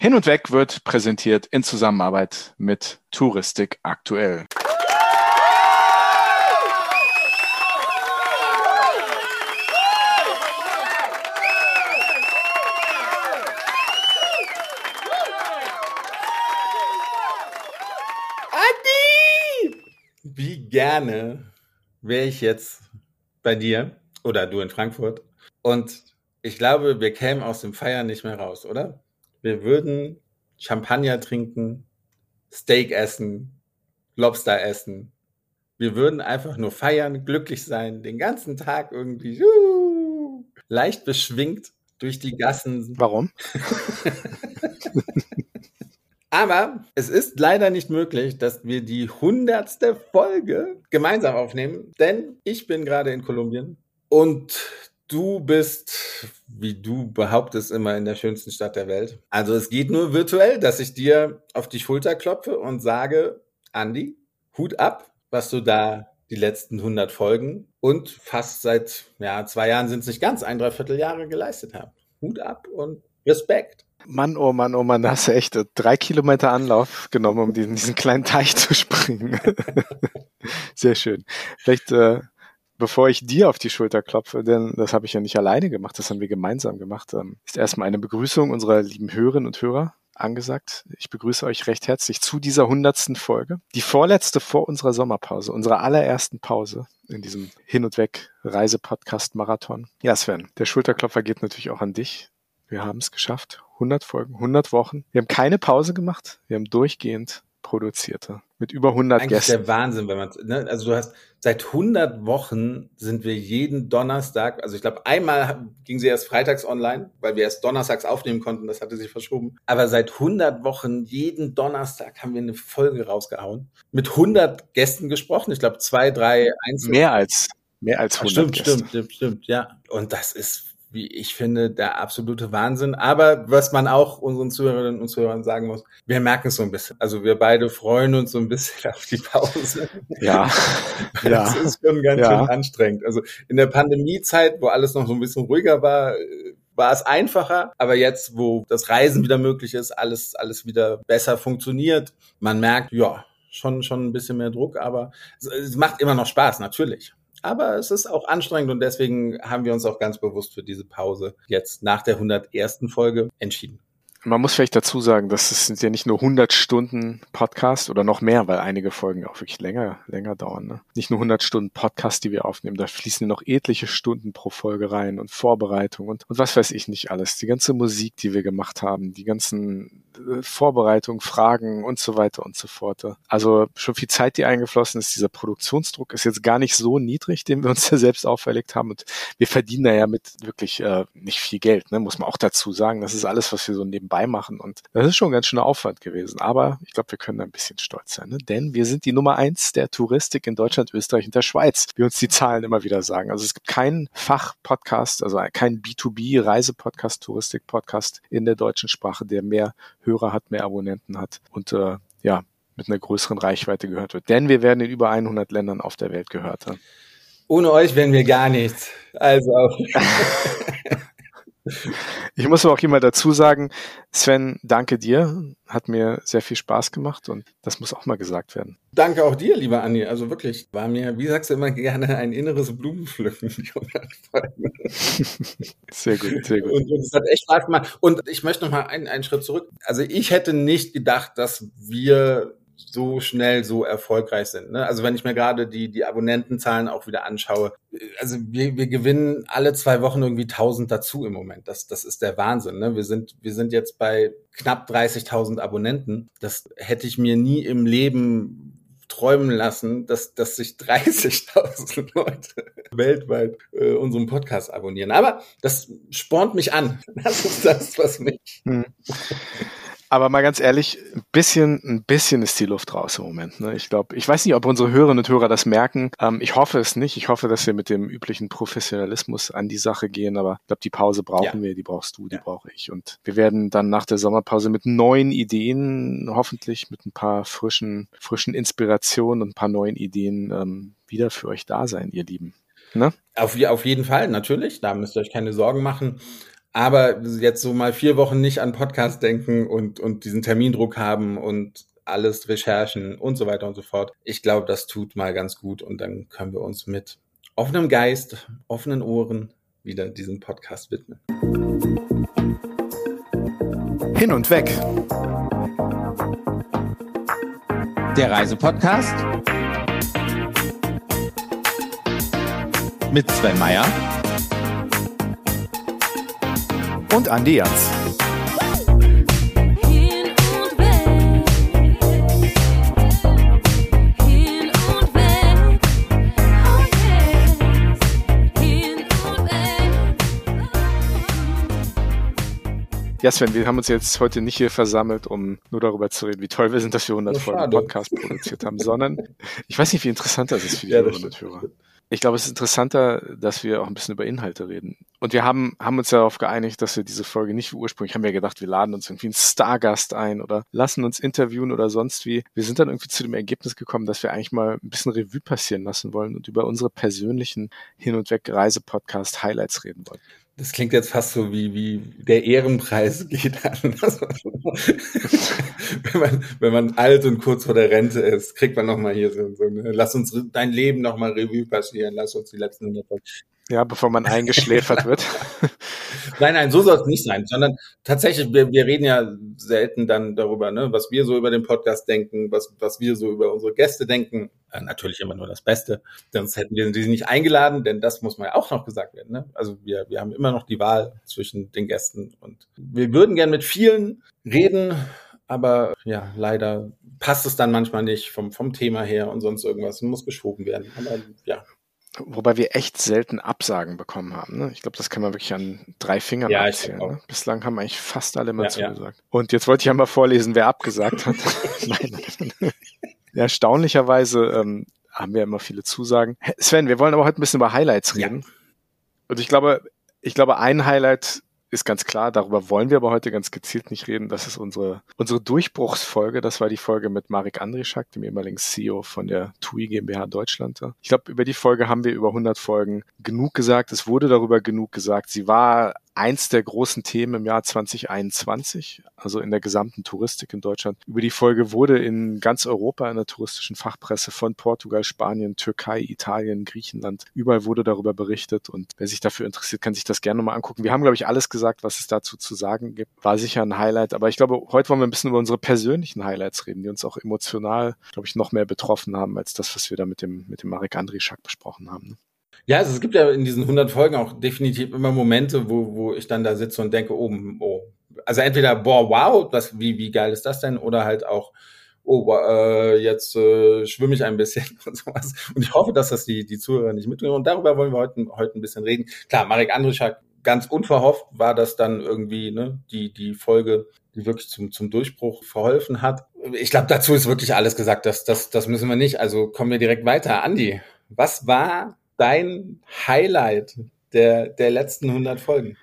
Hin und Weg wird präsentiert in Zusammenarbeit mit Touristik aktuell. Adi! Wie gerne wäre ich jetzt bei dir oder du in Frankfurt und ich glaube, wir kämen aus dem Feiern nicht mehr raus, oder? Wir würden Champagner trinken, Steak essen, Lobster essen. Wir würden einfach nur feiern, glücklich sein, den ganzen Tag irgendwie leicht beschwingt durch die Gassen. Warum? Aber es ist leider nicht möglich, dass wir die 100. Folge gemeinsam aufnehmen, denn ich bin gerade in Kolumbien und du bist, wie du behauptest, immer in der schönsten Stadt der Welt. Also es geht nur virtuell, dass ich dir auf die Schulter klopfe und sage, Andi, Hut ab, was du da die letzten 100 Folgen und fast seit 2 Jahren sind es nicht ganz, 1 Dreivierteljahre geleistet hast. Hut ab und Respekt. Mann, oh Mann, da hast du echt 3 Kilometer Anlauf genommen, um diesen kleinen Teich zu springen. Sehr schön. Vielleicht, bevor ich dir auf die Schulter klopfe, denn das habe ich ja nicht alleine gemacht, das haben wir gemeinsam gemacht, ist erstmal eine Begrüßung unserer lieben Hörerinnen und Hörer angesagt. Ich begrüße euch recht herzlich zu dieser 100. Folge. Die vorletzte vor unserer Sommerpause, unserer allerersten Pause in diesem Hin- und Weg-Reise-Podcast-Marathon. Ja, Sven, der Schulterklopfer geht natürlich auch an dich. Wir haben es geschafft. 100 Folgen, 100 Wochen. Wir haben keine Pause gemacht. Wir haben durchgehend produziert. Mit über 100 Eigentlich Gästen. der Wahnsinn, wenn man, ne? Also du hast, seit 100 Wochen sind wir jeden Donnerstag, also ich glaube, einmal ging sie erst freitags online, weil wir erst donnerstags aufnehmen konnten, das hatte sich verschoben. Aber seit 100 Wochen, jeden Donnerstag haben wir eine Folge rausgehauen. Mit 100 Gästen gesprochen. Ich glaube, 2, 3 Einzel. Mehr als 100 Gäste. Stimmt, ja. Und das ist, wie ich finde, der absolute Wahnsinn. Aber was man auch unseren Zuhörerinnen und Zuhörern sagen muss, wir merken es so ein bisschen. Also wir beide freuen uns so ein bisschen auf die Pause. Ja. Das ist schon ganz schön anstrengend. Also in der Pandemiezeit, wo alles noch so ein bisschen ruhiger war, war es einfacher. Aber jetzt, wo das Reisen wieder möglich ist, alles wieder besser funktioniert, man merkt, ja, schon ein bisschen mehr Druck. Aber es macht immer noch Spaß, natürlich. Aber es ist auch anstrengend und deswegen haben wir uns auch ganz bewusst für diese Pause jetzt nach der 101. Folge entschieden. Man muss vielleicht dazu sagen, dass es sind ja nicht nur 100 Stunden Podcast oder noch mehr, weil einige Folgen auch wirklich länger dauern. Ne? Nicht nur 100 Stunden Podcast, die wir aufnehmen, da fließen noch etliche Stunden pro Folge rein und Vorbereitung und was weiß ich nicht alles. Die ganze Musik, die wir gemacht haben, die ganzen Vorbereitungen, Fragen und so weiter und so fort. Also schon viel Zeit, die eingeflossen ist. Dieser Produktionsdruck ist jetzt gar nicht so niedrig, den wir uns ja selbst auferlegt haben und wir verdienen da ja mit wirklich nicht viel Geld, ne? Muss man auch dazu sagen. Das ist alles, was wir so nebenbei machen und das ist schon ein ganz schöner Aufwand gewesen. Aber ich glaube, wir können da ein bisschen stolz sein, ne? Denn wir sind die Nummer 1 der Touristik in Deutschland, Österreich und der Schweiz, wie uns die Zahlen immer wieder sagen. Also es gibt keinen Fachpodcast, also keinen B2B-Reisepodcast, Touristik-Podcast in der deutschen Sprache, der mehr Hörer hat, mehr Abonnenten hat und mit einer größeren Reichweite gehört wird. Denn wir werden in über 100 Ländern auf der Welt gehört. Ja. Ohne euch wären wir gar nichts. Also Ich muss aber auch hier mal dazu sagen, Sven, danke dir. Hat mir sehr viel Spaß gemacht und das muss auch mal gesagt werden. Danke auch dir, lieber Andi. Also wirklich, war mir, wie sagst du immer gerne, ein inneres Blumenpflücken. Sehr gut, sehr gut. Und es hat echt Spaß gemacht. Und ich möchte noch mal einen Schritt zurück. Also ich hätte nicht gedacht, dass wir so schnell so erfolgreich sind. Ne? Also wenn ich mir gerade die Abonnentenzahlen auch wieder anschaue, also wir gewinnen alle 2 Wochen irgendwie 1000 dazu im Moment. Das ist der Wahnsinn. Ne? Wir sind jetzt bei knapp 30.000 Abonnenten. Das hätte ich mir nie im Leben träumen lassen, dass sich 30.000 Leute weltweit unseren Podcast abonnieren. Aber das spornt mich an. Das ist das, was mich... Aber mal ganz ehrlich, ein bisschen ist die Luft raus im Moment. Ne? Ich weiß nicht, ob unsere Hörerinnen und Hörer das merken. Ich hoffe es nicht. Ich hoffe, dass wir mit dem üblichen Professionalismus an die Sache gehen. Aber ich glaube, die Pause brauchen wir, die brauchst du, die brauche ich. Und wir werden dann nach der Sommerpause mit neuen Ideen, hoffentlich mit ein paar frischen Inspirationen und ein paar neuen Ideen wieder für euch da sein, ihr Lieben. Ne? Auf jeden Fall, natürlich. Da müsst ihr euch keine Sorgen machen. Aber jetzt so mal 4 Wochen nicht an Podcast denken und diesen Termindruck haben und alles Recherchen und so weiter und so fort. Ich glaube, das tut mal ganz gut und dann können wir uns mit offenem Geist, offenen Ohren wieder diesem Podcast widmen. Hin und weg. Der Reisepodcast mit Sven Meyer und Andi Jans. Ja, Sven, wir haben uns jetzt heute nicht hier versammelt, um nur darüber zu reden, wie toll wir sind, dass wir 100 Folgen Podcast produziert haben, sondern ich weiß nicht, wie interessant das ist für die Hörerinnen und Hörer. Ich glaube, es ist interessanter, dass wir auch ein bisschen über Inhalte reden. Und wir haben uns darauf geeinigt, dass wir diese Folge nicht wie ursprünglich, haben wir gedacht, wir laden uns irgendwie einen Stargast ein oder lassen uns interviewen oder sonst wie. Wir sind dann irgendwie zu dem Ergebnis gekommen, dass wir eigentlich mal ein bisschen Revue passieren lassen wollen und über unsere persönlichen Hin- und Weg-Reise-Podcast Highlights reden wollen. Das klingt jetzt fast so wie der Ehrenpreis geht an. wenn man alt und kurz vor der Rente ist, kriegt man nochmal hier so eine, lass uns dein Leben nochmal Revue passieren, lass uns die letzten 100 Folgen. Ja, bevor man eingeschläfert wird. Nein, so soll es nicht sein, sondern tatsächlich, wir reden ja selten dann darüber, ne, was wir so über den Podcast denken, was wir so über unsere Gäste denken. Natürlich immer nur das Beste, sonst hätten wir sie nicht eingeladen, denn das muss man ja auch noch gesagt werden. Ne? Also wir haben immer noch die Wahl zwischen den Gästen und wir würden gern mit vielen reden, aber ja, leider passt es dann manchmal nicht vom Thema her und sonst irgendwas, muss geschoben werden. Aber ja. Wobei wir echt selten Absagen bekommen haben. Ne? Ich glaube, das kann man wirklich an 3 Fingern abzählen. Ne? Bislang haben eigentlich fast alle mal zugesagt. Ja. Und jetzt wollte ich ja mal vorlesen, wer abgesagt hat. Nein. Ja, erstaunlicherweise haben wir immer viele Zusagen. Sven, wir wollen aber heute ein bisschen über Highlights reden. Ja. Und ich glaube, ein Highlight ist ganz klar, darüber wollen wir aber heute ganz gezielt nicht reden. Das ist unsere Durchbruchsfolge. Das war die Folge mit Marek Andrischak, dem ehemaligen CEO von der TUI GmbH Deutschland. Ich glaube, über die Folge haben wir über 100 Folgen genug gesagt. Es wurde darüber genug gesagt. Sie war eins der großen Themen im Jahr 2021, also in der gesamten Touristik in Deutschland. Über die Folge wurde in ganz Europa in der touristischen Fachpresse von Portugal, Spanien, Türkei, Italien, Griechenland, überall wurde darüber berichtet und wer sich dafür interessiert, kann sich das gerne nochmal angucken. Wir haben, glaube ich, alles gesagt, was es dazu zu sagen gibt. War sicher ein Highlight, aber ich glaube, heute wollen wir ein bisschen über unsere persönlichen Highlights reden, die uns auch emotional, glaube ich, noch mehr betroffen haben, als das, was wir da mit dem Marek Andrischak besprochen haben. Ne? Ja, also es gibt ja in diesen 100 Folgen auch definitiv immer Momente, wo ich dann da sitze und denke, oh, also entweder, wow, wie geil ist das denn? Oder halt auch, jetzt schwimme ich ein bisschen und sowas. Und ich hoffe, dass das die Zuhörer nicht mitnehmen. Und darüber wollen wir heute ein bisschen reden. Klar, Marek Andrischak, ganz unverhofft war das dann irgendwie, ne, die Folge, die wirklich zum Durchbruch verholfen hat. Ich glaube, dazu ist wirklich alles gesagt. Das müssen wir nicht. Also kommen wir direkt weiter. Andi, was war dein Highlight der letzten 100 Folgen?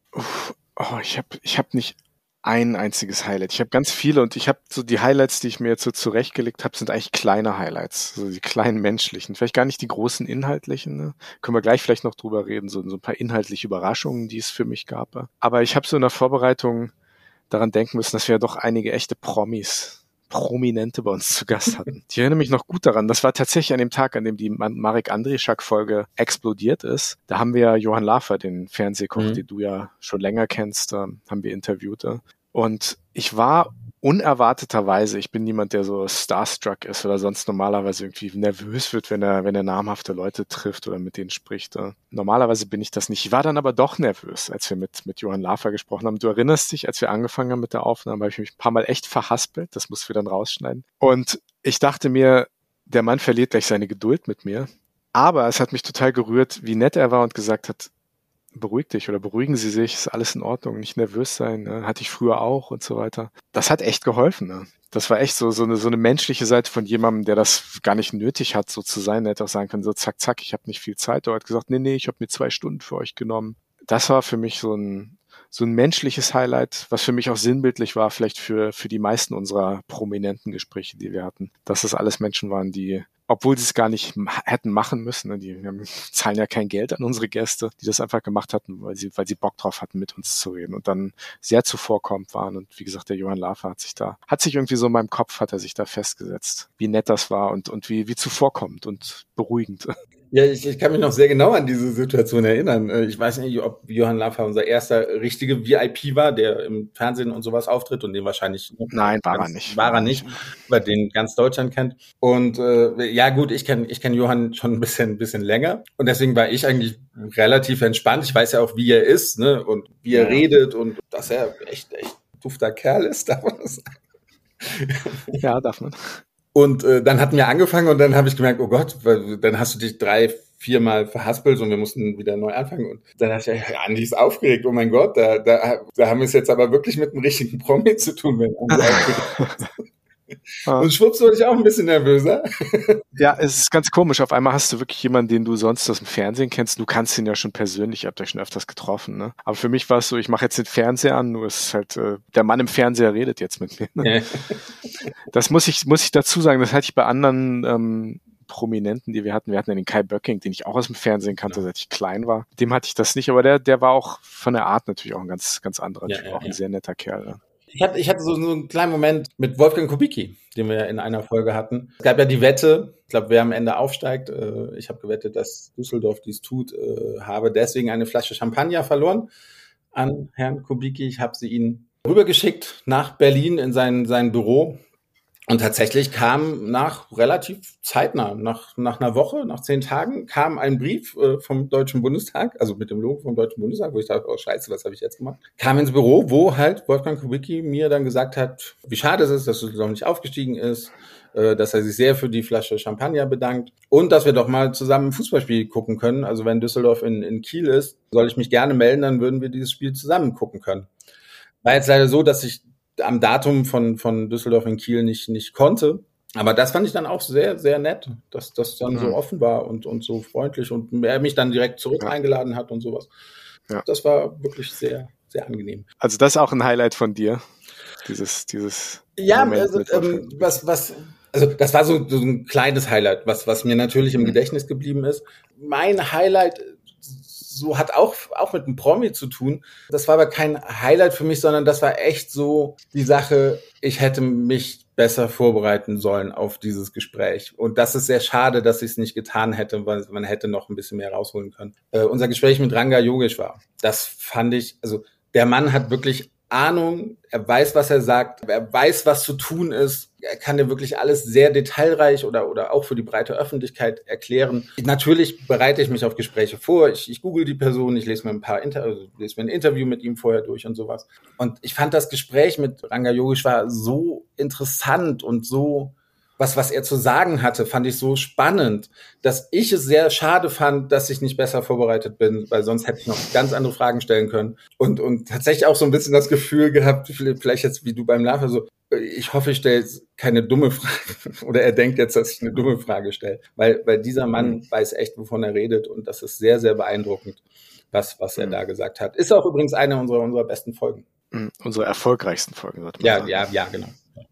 Ich hab nicht ein einziges Highlight. Ich habe ganz viele und ich habe so die Highlights, die ich mir jetzt so zurechtgelegt habe, sind eigentlich kleine Highlights, so die kleinen menschlichen, vielleicht gar nicht die großen inhaltlichen. Ne? Können wir gleich vielleicht noch drüber reden, so ein paar inhaltliche Überraschungen, die es für mich gab. Aber ich habe so in der Vorbereitung daran denken müssen, dass wir ja doch einige echte Prominente bei uns zu Gast hatten. Ich erinnere mich noch gut daran, das war tatsächlich an dem Tag, an dem die Marek Andrischak-Folge explodiert ist. Da haben wir Johann Lafer, den Fernsehkoch, den du ja schon länger kennst, haben wir interviewt. Und ich war unerwarteterweise, ich bin niemand, der so starstruck ist oder sonst normalerweise irgendwie nervös wird, wenn er namhafte Leute trifft oder mit denen spricht. Normalerweise bin ich das nicht. Ich war dann aber doch nervös, als wir mit Johann Lafer gesprochen haben. Du erinnerst dich, als wir angefangen haben mit der Aufnahme, habe ich mich ein paar Mal echt verhaspelt. Das mussten wir dann rausschneiden. Und ich dachte mir, der Mann verliert gleich seine Geduld mit mir. Aber es hat mich total gerührt, wie nett er war und gesagt hat, beruhig dich oder beruhigen Sie sich, ist alles in Ordnung, nicht nervös sein, ne? Hatte ich früher auch und so weiter. Das hat echt geholfen. Ne? Das war echt so eine menschliche Seite von jemandem, der das gar nicht nötig hat, so zu sein. Der hätte auch sagen können, so zack, ich habe nicht viel Zeit. Er hat gesagt, nee, ich habe mir 2 Stunden für euch genommen. Das war für mich so ein menschliches Highlight, was für mich auch sinnbildlich war, vielleicht für die meisten unserer prominenten Gespräche, die wir hatten. Dass das alles Menschen waren, die obwohl sie es gar nicht hätten machen müssen. Ne? Die zahlen ja kein Geld an unsere Gäste, die das einfach gemacht hatten, weil sie Bock drauf hatten, mit uns zu reden und dann sehr zuvorkommend waren. Und wie gesagt, der Johann Lafer hat sich irgendwie so in meinem Kopf, hat er sich da festgesetzt, wie nett das war und wie zuvorkommend und beruhigend. Ja, ich kann mich noch sehr genau an diese Situation erinnern. Ich weiß nicht, ob Johann Lafer unser erster richtige VIP war, der im Fernsehen und sowas auftritt und den wahrscheinlich... Nein, war er nicht. War er nicht, weil den ganz Deutschland kennt. Und ja gut, ich kenn Johann schon ein bisschen länger und deswegen war ich eigentlich relativ entspannt. Ich weiß ja auch, wie er ist, ne, und wie er redet und dass er echt dufter Kerl ist, darf man das sagen? Ja, darf man. Und dann hatten wir angefangen und dann habe ich gemerkt, oh Gott, weil dann hast du dich 3-4 Mal verhaspelt und wir mussten wieder neu anfangen. Und dann dachte ich, Andi ist aufgeregt, oh mein Gott, da haben wir es jetzt aber wirklich mit einem richtigen Promi zu tun, wenn Andi aufgeregt ist. Und schwupps wurde ich auch ein bisschen nervöser. Ja, es ist ganz komisch. Auf einmal hast du wirklich jemanden, den du sonst aus dem Fernsehen kennst. Du kannst ihn ja schon persönlich, ihr habt euch schon öfters getroffen. Ne? Aber für mich war es so, ich mache jetzt den Fernseher an, nur es ist halt, der Mann im Fernseher redet jetzt mit mir. Ne? Das muss ich dazu sagen, das hatte ich bei anderen Prominenten, die wir hatten. Wir hatten ja den Kai Böcking, den ich auch aus dem Fernsehen kannte, seit ich klein war. Dem hatte ich das nicht, aber der war auch von der Art natürlich auch ein ganz, ganz anderer Typ, auch ein sehr netter Kerl. Ne? Ich hatte so einen kleinen Moment mit Wolfgang Kubicki, den wir in einer Folge hatten. Es gab ja die Wette, ich glaube, wer am Ende aufsteigt. Ich habe gewettet, dass Düsseldorf dies tut, habe deswegen eine Flasche Champagner verloren an Herrn Kubicki. Ich habe sie ihm rübergeschickt nach Berlin in sein Büro. Und tatsächlich kam relativ zeitnah, nach einer Woche, nach 10 Tagen, kam ein Brief vom Deutschen Bundestag, also mit dem Logo vom Deutschen Bundestag, wo ich dachte, oh scheiße, was habe ich jetzt gemacht? Kam ins Büro, wo halt Wolfgang Kubicki mir dann gesagt hat, wie schade es ist, dass Düsseldorf nicht aufgestiegen ist, dass er sich sehr für die Flasche Champagner bedankt und dass wir doch mal zusammen ein Fußballspiel gucken können. Also wenn Düsseldorf in Kiel ist, soll ich mich gerne melden, dann würden wir dieses Spiel zusammen gucken können. War jetzt leider so, dass ich am Datum von Düsseldorf in Kiel nicht konnte. Aber das fand ich dann auch sehr, sehr nett, dass das dann so offen war und so freundlich und er mich dann direkt zurück eingeladen hat und sowas. Ja. Das war wirklich sehr, sehr angenehm. Also das ist auch ein Highlight von dir, dieses ja, also, das war so ein kleines Highlight, was mir natürlich im Gedächtnis geblieben ist. Mein Highlight so hat auch mit einem Promi zu tun. Das war aber kein Highlight für mich, sondern das war echt so die Sache, ich hätte mich besser vorbereiten sollen auf dieses Gespräch. Und das ist sehr schade, dass ich es nicht getan hätte, weil man hätte noch ein bisschen mehr rausholen können. Unser Gespräch mit Ranga Yogeshwar, das fand ich, also der Mann hat wirklich Ahnung, er weiß, was er sagt, er weiß, was zu tun ist, er kann dir wirklich alles sehr detailreich oder auch für die breite Öffentlichkeit erklären. Natürlich bereite ich mich auf Gespräche vor, ich google die Person, ich lese mir ein Interview mit ihm vorher durch und sowas. Und ich fand das Gespräch mit Ranga Yogeshwar so interessant und so was er zu sagen hatte, fand ich so spannend, dass ich es sehr schade fand, dass ich nicht besser vorbereitet bin, weil sonst hätte ich noch ganz andere Fragen stellen können. Und tatsächlich auch so ein bisschen das Gefühl gehabt, vielleicht jetzt wie du beim Lafer, so, ich hoffe, ich stelle keine dumme Frage oder er denkt jetzt, dass ich eine dumme Frage stelle, weil dieser Mann weiß echt, wovon er redet und das ist sehr, sehr beeindruckend, was er da gesagt hat. Ist auch übrigens eine unserer besten Folgen. Unsere erfolgreichsten Folgen, sollte man sagen. Ja, genau.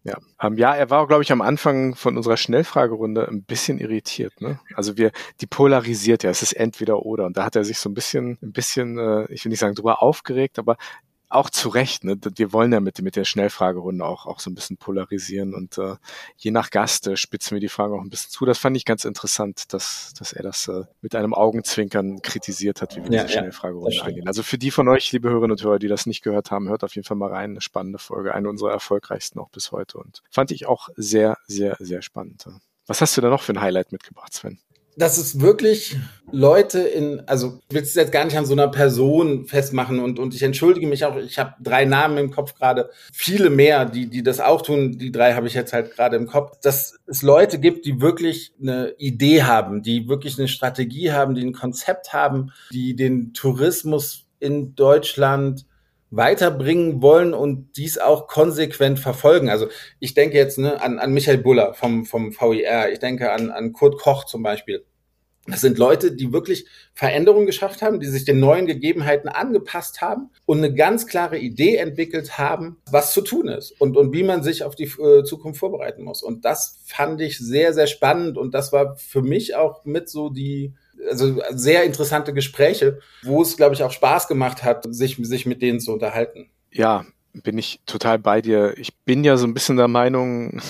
Ja, er war, glaube ich, am Anfang von unserer Schnellfragerunde ein bisschen irritiert. Ne? Also die polarisiert ja, es ist entweder oder. Und da hat er sich so ein bisschen, ich will nicht sagen drüber aufgeregt, aber auch zu Recht. Ne? Wir wollen ja mit der Schnellfragerunde auch so ein bisschen polarisieren und je nach Gast spitzen wir die Fragen auch ein bisschen zu. Das fand ich ganz interessant, dass er das mit einem Augenzwinkern kritisiert hat, wie wir diese Schnellfragerunde angehen. Also für die von euch, liebe Hörerinnen und Hörer, die das nicht gehört haben, hört auf jeden Fall mal rein. Eine spannende Folge, eine unserer erfolgreichsten auch bis heute und fand ich auch sehr, sehr, sehr spannend. Was hast du da noch für ein Highlight mitgebracht, Sven? Das ist wirklich Leute also ich will es jetzt gar nicht an so einer Person festmachen und ich entschuldige mich auch, ich habe 3 Namen im Kopf gerade, viele mehr, die das auch tun, die 3 habe ich jetzt halt gerade im Kopf, dass es Leute gibt, die wirklich eine Idee haben, die wirklich eine Strategie haben, die ein Konzept haben, die den Tourismus in Deutschland weiterbringen wollen und dies auch konsequent verfolgen. Also ich denke jetzt an Michael Buller vom VIR, ich denke an Kurt Koch zum Beispiel. Das sind Leute, die wirklich Veränderungen geschafft haben, die sich den neuen Gegebenheiten angepasst haben und eine ganz klare Idee entwickelt haben, was zu tun ist und wie man sich auf die Zukunft vorbereiten muss. Und das fand ich sehr, sehr spannend und das war für mich auch mit so also sehr interessante Gespräche, wo es, glaube ich, auch Spaß gemacht hat, sich mit denen zu unterhalten. Ja, bin ich total bei dir. Ich bin ja so ein bisschen der Meinung,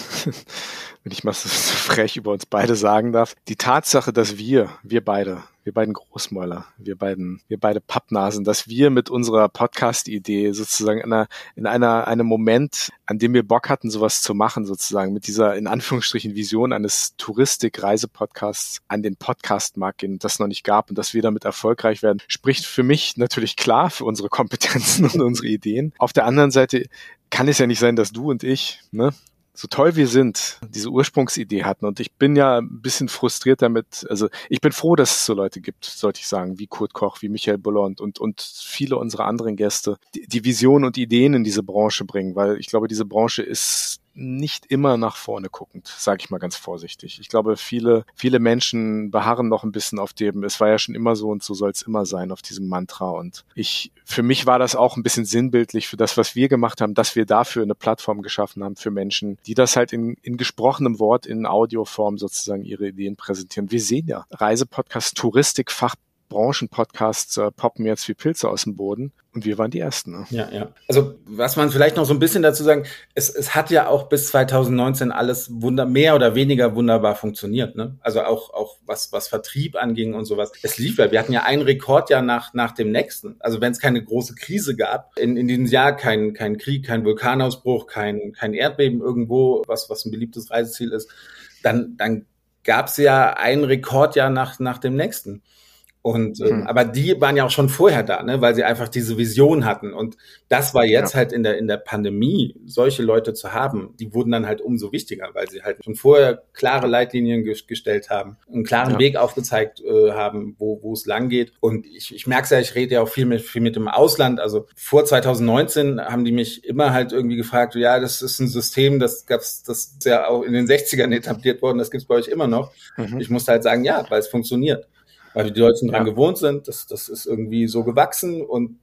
wenn ich mal so frech über uns beide sagen darf, die Tatsache, dass wir beiden Großmäuler, wir beide Pappnasen, dass wir mit unserer Podcast-Idee sozusagen in einem Moment, an dem wir Bock hatten, sowas zu machen, sozusagen mit dieser, in Anführungsstrichen, Vision eines Touristik-Reisepodcasts an den Podcastmarkt gehen, das noch nicht gab und dass wir damit erfolgreich werden, spricht für mich natürlich klar für unsere Kompetenzen und unsere Ideen. Auf der anderen Seite kann es ja nicht sein, dass du und ich, so toll wir sind, diese Ursprungsidee hatten. Und ich bin ja ein bisschen frustriert damit. Also ich bin froh, dass es so Leute gibt, sollte ich sagen, wie Kurt Koch, wie Michael Buller und viele unserer anderen Gäste, die Visionen und Ideen in diese Branche bringen, weil ich glaube, diese Branche ist nicht immer nach vorne guckend, sage ich mal ganz vorsichtig. Ich glaube, viele Menschen beharren noch ein bisschen auf dem, es war ja schon immer so und so soll es immer sein, auf diesem Mantra. Und für mich war das auch ein bisschen sinnbildlich für das, was wir gemacht haben, dass wir dafür eine Plattform geschaffen haben für Menschen, die das halt in gesprochenem Wort, in Audioform sozusagen ihre Ideen präsentieren. Wir sehen ja, Reisepodcasts, Touristik, Branchenpodcasts poppen jetzt wie Pilze aus dem Boden und wir waren die Ersten. Ne? Ja. Also was man vielleicht noch so ein bisschen dazu sagen, es hat ja auch bis 2019 alles mehr oder weniger wunderbar funktioniert. Ne? Also auch was Vertrieb anging und sowas. Es lief ja, wir hatten ja ein Rekordjahr nach dem nächsten. Also wenn es keine große Krise gab, in diesem Jahr kein Krieg, kein Vulkanausbruch, kein Erdbeben irgendwo, was ein beliebtes Reiseziel ist, dann gab es ja ein Rekordjahr nach dem nächsten. Und aber die waren ja auch schon vorher da, ne, weil sie einfach diese Vision hatten. Und das war jetzt halt in der Pandemie, solche Leute zu haben, die wurden dann halt umso wichtiger, weil sie halt schon vorher klare Leitlinien gestellt haben, einen klaren Weg aufgezeigt haben, wo es lang geht. Und ich merke es ja, ich rede ja auch viel mit dem Ausland. Also vor 2019 haben die mich immer halt irgendwie gefragt, ja, das ist ein System, das ist ja auch in den 60ern etabliert worden, das gibt's bei euch immer noch. Ich musste halt sagen, ja, weil es funktioniert. Weil die Deutschen dran gewohnt sind, das ist irgendwie so gewachsen und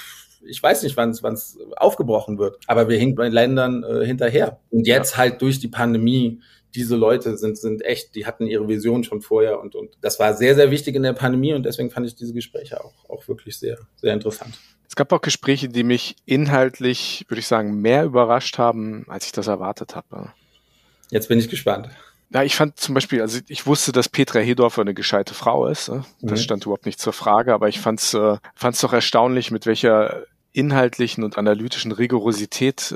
ich weiß nicht, wann es aufgebrochen wird. Aber wir hinken bei Ländern hinterher. Und jetzt halt durch die Pandemie, diese Leute sind echt, die hatten ihre Vision schon vorher und das war sehr, sehr wichtig in der Pandemie und deswegen fand ich diese Gespräche auch wirklich sehr, sehr interessant. Es gab auch Gespräche, die mich inhaltlich, würde ich sagen, mehr überrascht haben, als ich das erwartet habe. Jetzt bin ich gespannt. Ja, ich fand zum Beispiel, also ich wusste, dass Petra Hedorfer eine gescheite Frau ist. Das stand überhaupt nicht zur Frage, aber ich fand's doch erstaunlich, mit welcher inhaltlichen und analytischen Rigorosität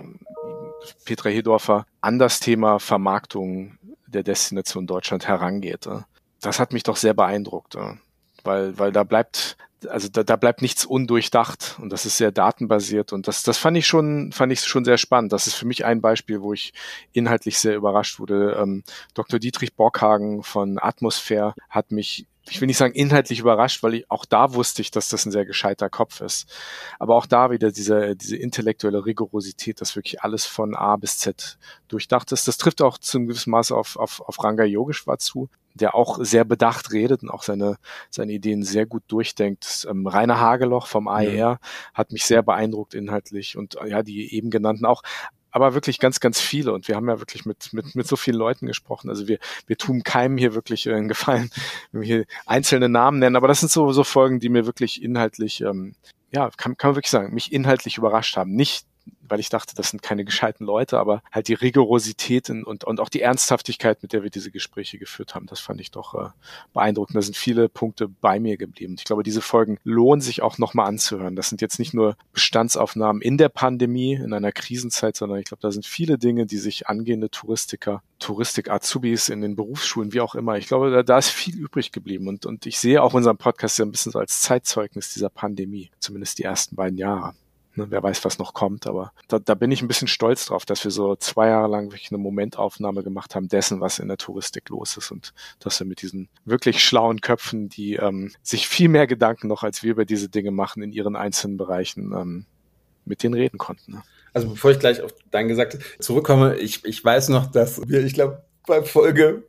Petra Hedorfer an das Thema Vermarktung der Destination Deutschland herangeht. Das hat mich doch sehr beeindruckt, weil da bleibt nichts undurchdacht und das ist sehr datenbasiert und das fand ich schon sehr spannend. Das ist für mich ein Beispiel, wo ich inhaltlich sehr überrascht wurde. Dr. Dietrich Bockhagen von Atmosphäre hat mich, ich will nicht sagen inhaltlich überrascht, weil auch da wusste ich, dass das ein sehr gescheiter Kopf ist. Aber auch da wieder diese intellektuelle Rigorosität, dass wirklich alles von A bis Z durchdacht ist. Das trifft auch zum gewissen Maße auf Ranga Yogeshwar zu, der auch sehr bedacht redet und auch seine Ideen sehr gut durchdenkt. Rainer Hageloch vom AER hat mich sehr beeindruckt inhaltlich und ja, die eben genannten auch. Aber wirklich ganz, ganz viele. Und wir haben ja wirklich mit so vielen Leuten gesprochen. Also wir tun keinem hier wirklich einen Gefallen, wenn wir hier einzelne Namen nennen. Aber das sind so Folgen, die mir wirklich inhaltlich, kann man wirklich sagen, mich inhaltlich überrascht haben. Nicht, weil ich dachte, das sind keine gescheiten Leute, aber halt die Rigorosität und auch die Ernsthaftigkeit, mit der wir diese Gespräche geführt haben, das fand ich doch beeindruckend. Da sind viele Punkte bei mir geblieben. Ich glaube, diese Folgen lohnen sich auch nochmal anzuhören. Das sind jetzt nicht nur Bestandsaufnahmen in der Pandemie, in einer Krisenzeit, sondern ich glaube, da sind viele Dinge, die sich angehende Touristik-Azubis in den Berufsschulen, wie auch immer, ich glaube, da ist viel übrig geblieben und ich sehe auch unseren Podcast ja ein bisschen so als Zeitzeugnis dieser Pandemie, zumindest die ersten beiden Jahre. Wer weiß, was noch kommt, aber da bin ich ein bisschen stolz drauf, dass wir so 2 Jahre lang wirklich eine Momentaufnahme gemacht haben dessen, was in der Touristik los ist und dass wir mit diesen wirklich schlauen Köpfen, die sich viel mehr Gedanken noch als wir über diese Dinge machen in ihren einzelnen Bereichen, mit denen reden konnten. Ne? Also bevor ich gleich auf dein Gesagtes zurückkomme, ich weiß noch, dass wir, ich glaube, bei Folge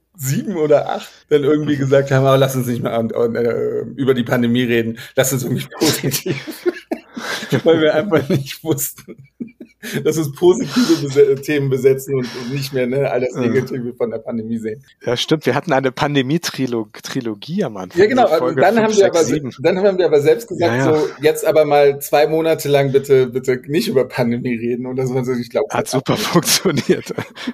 7 oder 8 dann irgendwie gesagt haben, aber lass uns nicht mal über die Pandemie reden, lass uns irgendwie positiv, weil wir einfach nicht wussten, dass uns positive Themen besetzen und nicht mehr all das Negative von der Pandemie sehen. Ja, stimmt. Wir hatten eine Pandemie-Trilogie am Anfang. Ja, genau. Also dann haben wir aber selbst gesagt, so jetzt aber mal 2 Monate lang bitte nicht über Pandemie reden. Und das war so, ich glaube, Hat super funktioniert.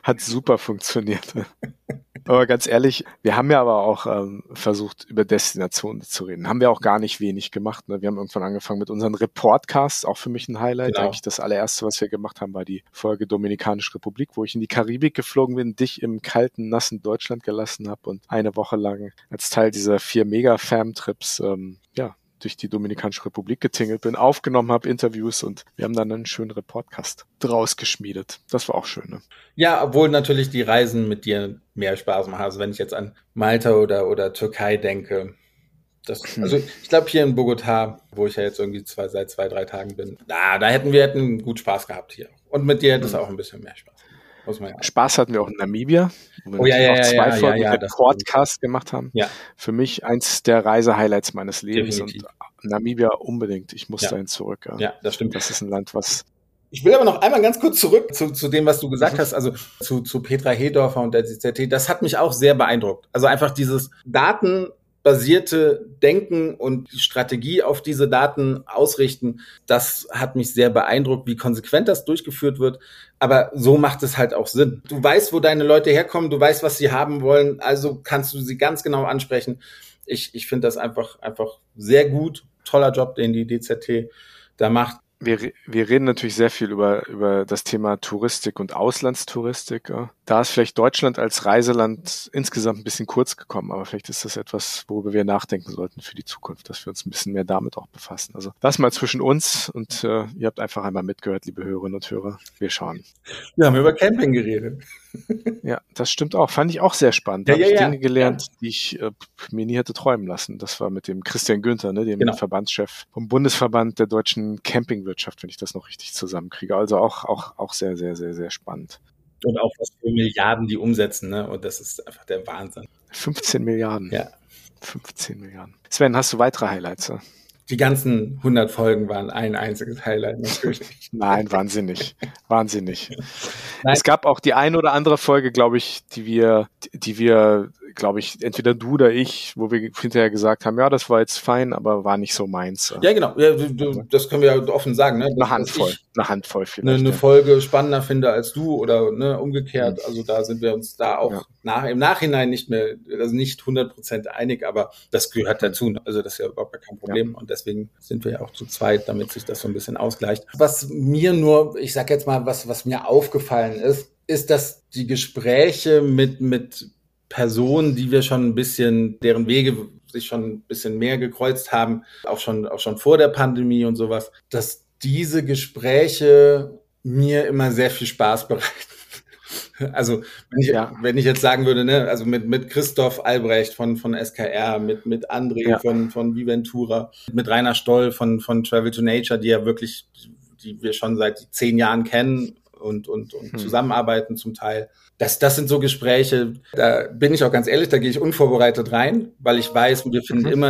Aber ganz ehrlich, wir haben ja aber auch versucht, über Destinationen zu reden. Haben wir auch gar nicht wenig gemacht. Ne? Wir haben irgendwann angefangen mit unseren Reportcasts, auch für mich ein Highlight. Genau. Eigentlich das allererste, was wir gemacht haben, war die Folge Dominikanische Republik, wo ich in die Karibik geflogen bin, dich im kalten, nassen Deutschland gelassen habe und eine Woche lang als Teil dieser 4 Mega-Fam-Trips, durch die Dominikanische Republik getingelt bin, aufgenommen habe, Interviews, und wir haben dann einen schönen Reportcast draus geschmiedet. Das war auch schön, ne? Ja, obwohl natürlich die Reisen mit dir mehr Spaß machen. Also wenn ich jetzt an Malta oder Türkei denke, also ich glaube hier in Bogotá, wo ich ja jetzt irgendwie seit 2-3 Tagen bin, da hätten wir gut Spaß gehabt hier. Und mit dir hätte es auch ein bisschen mehr Spaß. Muss man ja Spaß hatten wir auch in Namibia, wo wir auch 2 Folgen Podcast gemacht haben. Ja. Für mich eins der Reisehighlights meines Lebens. Definitiv. Und Namibia unbedingt. Ich muss dahin zurück. Ja, das stimmt. Das ist ein Land, was... Ich will aber noch einmal ganz kurz zurück zu dem, was du gesagt hast, also zu Petra Hedorfer und der DZT. Das hat mich auch sehr beeindruckt. Also einfach dieses datenbasierte Denken und die Strategie auf diese Daten ausrichten, das hat mich sehr beeindruckt, wie konsequent das durchgeführt wird. Aber so macht es halt auch Sinn. Du weißt, wo deine Leute herkommen, du weißt, was sie haben wollen, also kannst du sie ganz genau ansprechen. Ich finde das einfach sehr gut. Toller Job, den die DZT da macht. Wir reden natürlich sehr viel über das Thema Touristik und Auslandstouristik. Da ist vielleicht Deutschland als Reiseland insgesamt ein bisschen kurz gekommen, aber vielleicht ist das etwas, worüber wir nachdenken sollten für die Zukunft, dass wir uns ein bisschen mehr damit auch befassen. Also das mal zwischen uns, und ihr habt einfach einmal mitgehört, liebe Hörerinnen und Hörer. Wir schauen. Wir haben über Camping geredet. Ja, das stimmt auch. Fand ich auch sehr spannend. Da habe ich Dinge gelernt, die ich mir nie hätte träumen lassen. Das war mit dem Christian Günther, ne, dem Verbandschef vom Bundesverband der deutschen Campingwirtschaft, wenn ich das noch richtig zusammenkriege. Also auch sehr, sehr, sehr, sehr spannend. Und auch was für Milliarden die umsetzen, ne? Und das ist einfach der Wahnsinn. 15 Milliarden. Ja. 15 Milliarden. Sven, hast du weitere Highlights? Die ganzen 100 Folgen waren ein einziges Highlight natürlich. Nein, wahnsinnig. Nein. Es gab auch die eine oder andere Folge, glaube ich, die wir, glaube ich, entweder du oder ich, wo wir hinterher gesagt haben, ja, das war jetzt fein, aber war nicht so meins. Ja, genau. Ja, das können wir ja offen sagen. Ne? Eine Handvoll vielleicht. Eine Folge spannender finde als du oder umgekehrt. Also da sind wir uns da auch im Nachhinein nicht mehr, also nicht 100% einig, aber das gehört dazu. Also das ist ja überhaupt kein Problem. Ja. Und deswegen sind wir ja auch zu zweit, damit sich das so ein bisschen ausgleicht. Was mir nur, ich sag jetzt mal, was mir aufgefallen ist, dass die Gespräche mit Personen, die wir schon ein bisschen, deren Wege sich schon ein bisschen mehr gekreuzt haben, auch schon vor der Pandemie und sowas, dass diese Gespräche mir immer sehr viel Spaß bereiten. Also wenn ich jetzt sagen würde, ne, also mit Christoph Albrecht von SKR, mit André von Viventura, mit Rainer Stoll von Travel to Nature, die wir schon seit 10 Jahren kennen und zusammenarbeiten zum Teil. Das sind so Gespräche, da bin ich auch ganz ehrlich, da gehe ich unvorbereitet rein, weil ich weiß, wir finden immer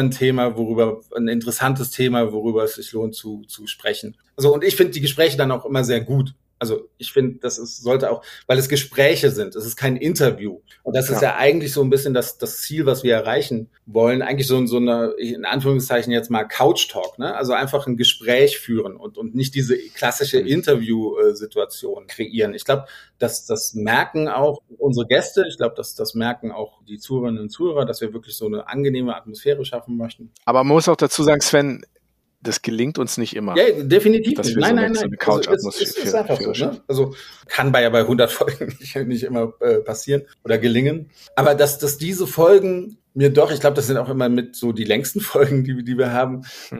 ein interessantes Thema, worüber es sich lohnt zu sprechen. Also, und ich finde die Gespräche dann auch immer sehr gut. Also ich finde, sollte auch, weil es Gespräche sind, es ist kein Interview. Und das ist ja eigentlich so ein bisschen das Ziel, was wir erreichen wollen. Eigentlich so eine, in Anführungszeichen jetzt mal Couch-Talk, ne? Also einfach ein Gespräch führen und nicht diese klassische Interview-Situation kreieren. Ich glaube, das merken auch unsere Gäste. Ich glaube, das merken auch die Zuhörerinnen und Zuhörer, dass wir wirklich so eine angenehme Atmosphäre schaffen möchten. Aber man muss auch dazu sagen, Sven, das gelingt uns nicht immer. Ja, definitiv nicht. Nein. So eine Couch-Atmosphäre. Ist einfach so, ne? Also kann bei 100 Folgen nicht immer passieren oder gelingen. Aber dass diese Folgen mir doch, ich glaube, das sind auch immer mit so die längsten Folgen, die wir haben,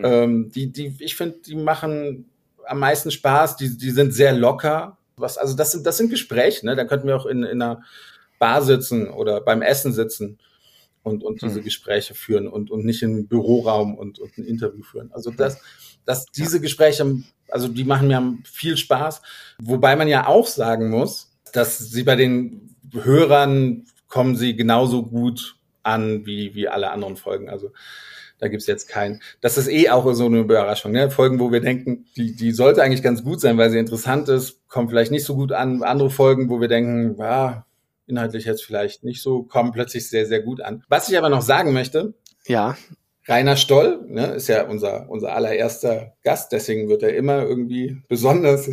ich finde, die machen am meisten Spaß. Die sind sehr locker. Also das sind Gespräche, ne? Da könnten wir auch in einer Bar sitzen oder beim Essen sitzen und diese Gespräche führen und nicht im Büroraum und ein Interview führen. Also diese Gespräche, also die machen mir viel Spaß. Wobei man ja auch sagen muss, dass sie bei den Hörern kommen sie genauso gut an wie alle anderen Folgen. Also da gibt's jetzt keinen. Das ist auch so eine Überraschung, ne? Folgen, wo wir denken, die sollte eigentlich ganz gut sein, weil sie interessant ist, kommt vielleicht nicht so gut an. Andere Folgen, wo wir denken, inhaltlich jetzt vielleicht nicht so, kommen plötzlich sehr, sehr gut an. Was ich aber noch sagen möchte, ja, Rainer Stoll, ne, ist ja unser allererster Gast, deswegen wird er immer irgendwie besonders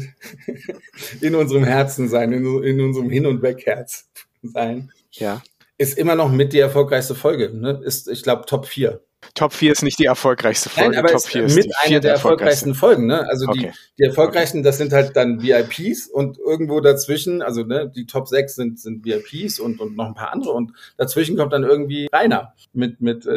in unserem Herzen sein, in unserem Hin- und Weg-Herz sein. Ja. Ist immer noch mit die erfolgreichste Folge, ne? Ist, ich glaube, Top 4. Top 4 ist nicht die erfolgreichste Folge. Nein, aber Top 4 ist mit die einer der erfolgreichsten Folgen, ne? Also okay. die erfolgreichsten, das sind halt dann VIPs und irgendwo dazwischen, also ne, die Top 6 sind VIPs und noch ein paar andere und dazwischen kommt dann irgendwie Rainer mit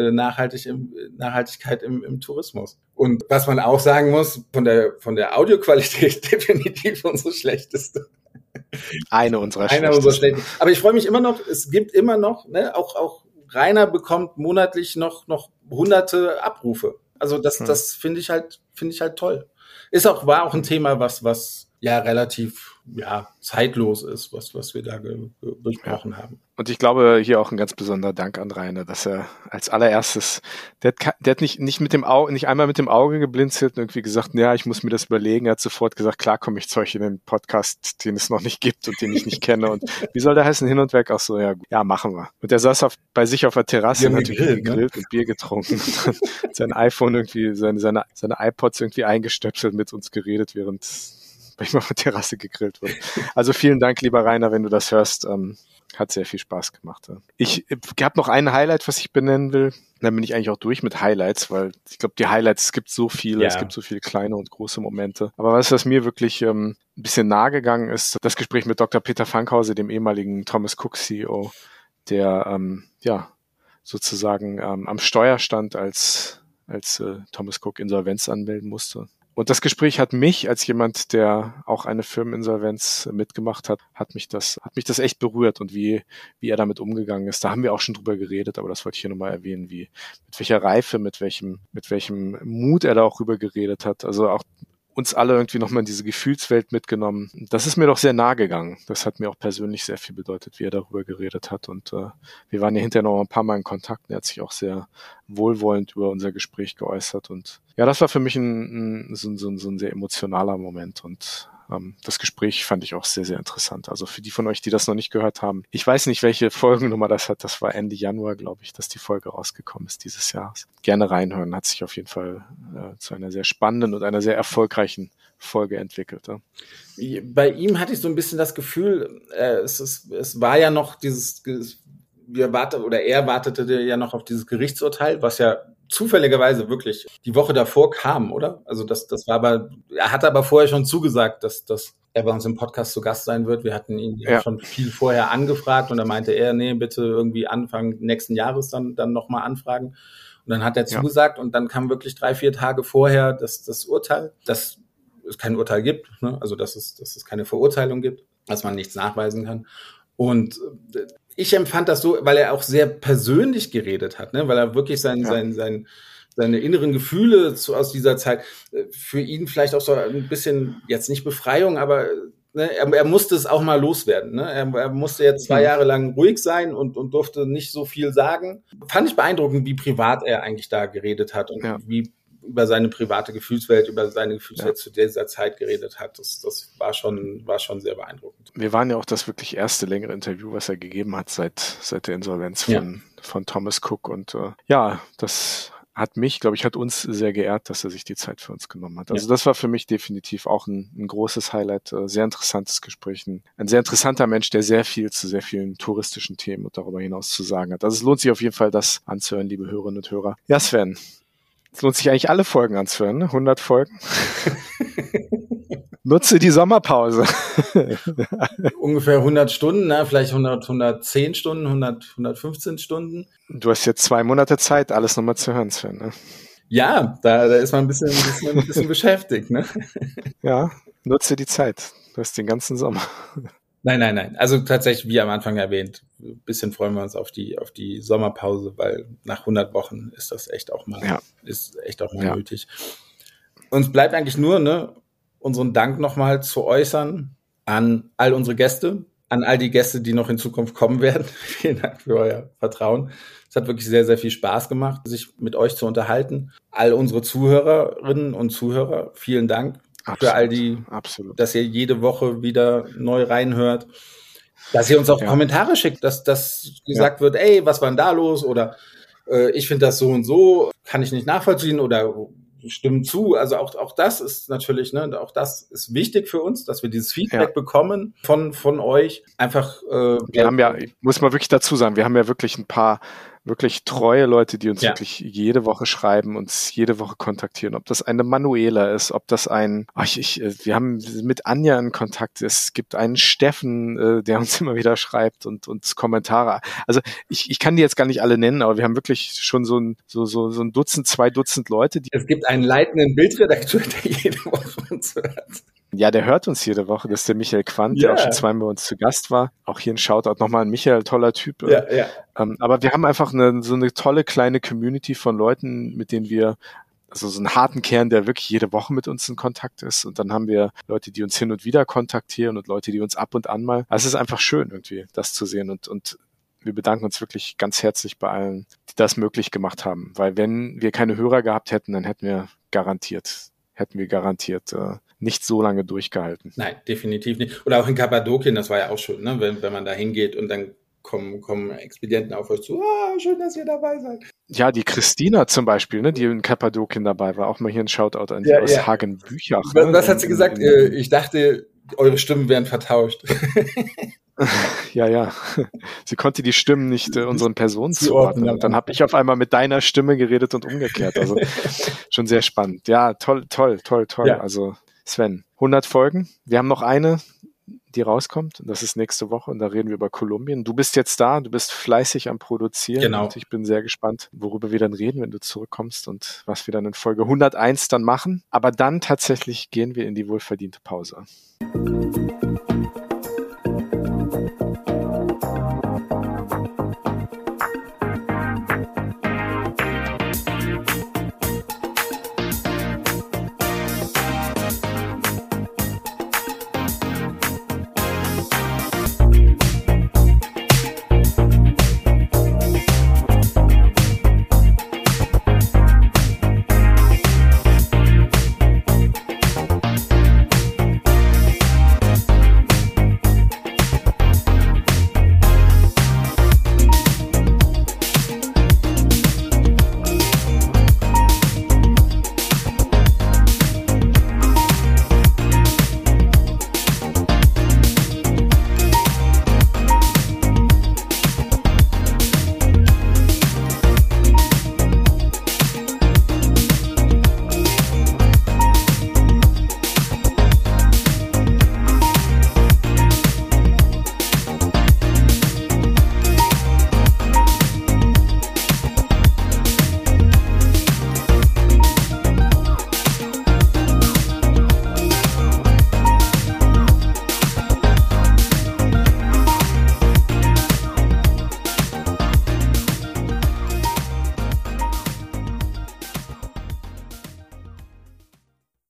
Nachhaltigkeit im Tourismus. Und was man auch sagen muss, von der Audioqualität definitiv unsere schlechteste. Einer unserer schlechtesten. Aber ich freue mich immer noch, es gibt immer noch, ne, auch Rainer bekommt monatlich noch hunderte Abrufe. Also das finde ich halt toll. War auch ein Thema, was ja relativ zeitlos ist, was wir da besprochen haben. Und ich glaube, hier auch ein ganz besonderer Dank an Rainer, dass er als allererstes, der hat nicht einmal mit dem Auge geblinzelt und irgendwie gesagt, ja, ich muss mir das überlegen. Er hat sofort gesagt, klar komme ich zu euch in den Podcast, den es noch nicht gibt und den ich nicht kenne. Und wie soll der heißen? Hin und weg. Ach so, ja, gut. Ja, machen wir. Und er saß bei sich auf der Terrasse natürlich gegrillt und Bier getrunken und dann sein iPhone irgendwie, seine iPods irgendwie eingestöpselt, mit uns geredet, während bei ihm auf der Terrasse gegrillt wurde. Also vielen Dank, lieber Rainer, wenn du das hörst. Hat sehr viel Spaß gemacht. Ich habe noch ein Highlight, was ich benennen will. Dann bin ich eigentlich auch durch mit Highlights, weil ich glaube, die Highlights, es gibt so viele, es gibt so viele kleine und große Momente. Aber was mir wirklich ein bisschen nahe gegangen ist, das Gespräch mit Dr. Peter Fankhauser, dem ehemaligen Thomas Cook CEO, der sozusagen am Steuer stand, als Thomas Cook Insolvenz anmelden musste. Und das Gespräch hat mich, als jemand, der auch eine Firmeninsolvenz mitgemacht hat, hat mich das echt berührt und wie er damit umgegangen ist. Da haben wir auch schon drüber geredet, aber das wollte ich hier nochmal erwähnen, mit welcher Reife, mit welchem Mut er da auch rüber geredet hat. Also auch uns alle irgendwie nochmal in diese Gefühlswelt mitgenommen. Das ist mir doch sehr nahe gegangen. Das hat mir auch persönlich sehr viel bedeutet, wie er darüber geredet hat. Und wir waren ja hinterher noch ein paar Mal in Kontakt. Er hat sich auch sehr wohlwollend über unser Gespräch geäußert. Und ja, das war für mich so ein sehr emotionaler Moment. Und das Gespräch fand ich auch sehr, sehr interessant. Also für die von euch, die das noch nicht gehört haben, ich weiß nicht, welche Folgennummer das hat. Das war Ende Januar, glaube ich, dass die Folge rausgekommen ist dieses Jahres. Gerne reinhören. Hat sich auf jeden Fall zu einer sehr spannenden und einer sehr erfolgreichen Folge entwickelt. Ja. Bei ihm hatte ich so ein bisschen das Gefühl, es war ja noch er wartete ja noch auf dieses Gerichtsurteil, was ja zufälligerweise wirklich die Woche davor kam, oder? Also das war aber, er hatte aber vorher schon zugesagt, dass er bei uns im Podcast zu Gast sein wird. Wir hatten ihn schon viel vorher angefragt und da meinte er, nee, bitte irgendwie Anfang nächsten Jahres dann nochmal anfragen. Und dann hat er zugesagt und dann kam wirklich 3-4 Tage vorher das Urteil, dass es kein Urteil gibt, ne? Also dass es keine Verurteilung gibt, dass man nichts nachweisen kann. Und ich empfand das so, weil er auch sehr persönlich geredet hat, ne? Weil er wirklich seine inneren Gefühle aus dieser Zeit für ihn vielleicht auch so ein bisschen, jetzt nicht Befreiung, aber ne, er musste es auch mal loswerden. Ne? Er musste jetzt 2 Jahre lang ruhig sein und durfte nicht so viel sagen. Fand ich beeindruckend, wie privat er eigentlich da geredet hat und wie über seine private Gefühlswelt, über seine Gefühlswelt zu dieser Zeit geredet hat. Das war schon sehr beeindruckend. Wir waren ja auch das wirklich erste längere Interview, was er gegeben hat seit der Insolvenz von Thomas Cook. Und das hat uns sehr geehrt, dass er sich die Zeit für uns genommen hat. Also das war für mich definitiv auch ein großes Highlight, sehr interessantes Gespräch. Ein sehr interessanter Mensch, der sehr viel zu sehr vielen touristischen Themen und darüber hinaus zu sagen hat. Also es lohnt sich auf jeden Fall, das anzuhören, liebe Hörerinnen und Hörer. Ja, Sven, es lohnt sich eigentlich alle Folgen anzuhören, ne? 100 Folgen. Nutze die Sommerpause. Ungefähr 100 Stunden, ne? Vielleicht 110 Stunden, 115 Stunden. Du hast jetzt 2 Monate Zeit, alles nochmal zu hören, Sven. Ne? Ja, da ist man ein bisschen beschäftigt. Ne? Ja, nutze die Zeit. Du hast den ganzen Sommer. Nein. Also tatsächlich, wie am Anfang erwähnt, ein bisschen freuen wir uns auf die Sommerpause, weil nach 100 Wochen ist das echt auch mal nötig. Uns bleibt eigentlich nur, ne, unseren Dank nochmal zu äußern an all unsere Gäste, an all die Gäste, die noch in Zukunft kommen werden. Vielen Dank für euer Vertrauen. Es hat wirklich sehr, sehr viel Spaß gemacht, sich mit euch zu unterhalten. All unsere Zuhörerinnen und Zuhörer, vielen Dank für all die, dass ihr jede Woche wieder neu reinhört. Dass ihr uns auch Kommentare schickt, dass gesagt wird, ey, was war denn da los? Oder ich finde das so und so, kann ich nicht nachvollziehen oder stimmen zu. Also auch das ist natürlich, ne, auch das ist wichtig für uns, dass wir dieses Feedback bekommen von euch. Einfach. Wir haben ja, muss man wirklich dazu sagen, wir haben ja wirklich ein paar wirklich treue Leute, die uns wirklich jede Woche schreiben, uns jede Woche kontaktieren. Ob das eine Manuela ist, ob das wir haben mit Anja in Kontakt. Es gibt einen Steffen, der uns immer wieder schreibt und uns Kommentare. Also ich kann die jetzt gar nicht alle nennen, aber wir haben wirklich schon so ein Dutzend, 2 Dutzend Leute. Es gibt einen leitenden Bildredakteur, der jede Woche uns hört. Ja, der hört uns jede Woche. Das ist der Michael Quandt, der auch schon zweimal bei uns zu Gast war. Auch hier ein Shoutout nochmal an Michael, toller Typ. Aber wir haben einfach so eine tolle kleine Community von Leuten, mit denen wir, also so einen harten Kern, der wirklich jede Woche mit uns in Kontakt ist. Und dann haben wir Leute, die uns hin und wieder kontaktieren und Leute, die uns ab und an mal. Also es ist einfach schön irgendwie, das zu sehen. Und wir bedanken uns wirklich ganz herzlich bei allen, die das möglich gemacht haben. Weil wenn wir keine Hörer gehabt hätten, dann hätten wir garantiert nicht so lange durchgehalten. Nein, definitiv nicht. Oder auch in Kappadokien, das war ja auch schön, ne? Wenn man da hingeht und dann kommen Expedienten auf euch zu. Schön, dass ihr dabei seid. Ja, die Christina zum Beispiel, ne, die in Kappadokien dabei war. Auch mal hier ein Shoutout an die aus Hagenbüchach. Was hat sie gesagt? Ich dachte, eure Stimmen wären vertauscht. Ja. Sie konnte die Stimmen nicht unseren Personen zuordnen. Und dann habe ich auf einmal mit deiner Stimme geredet und umgekehrt. Also schon sehr spannend. Ja, toll. Ja. Also Sven, 100 Folgen. Wir haben noch eine, die rauskommt. Und das ist nächste Woche. Und da reden wir über Kolumbien. Du bist jetzt da. Du bist fleißig am Produzieren. Genau. Und ich bin sehr gespannt, worüber wir dann reden, wenn du zurückkommst und was wir dann in Folge 101 dann machen. Aber dann tatsächlich gehen wir in die wohlverdiente Pause.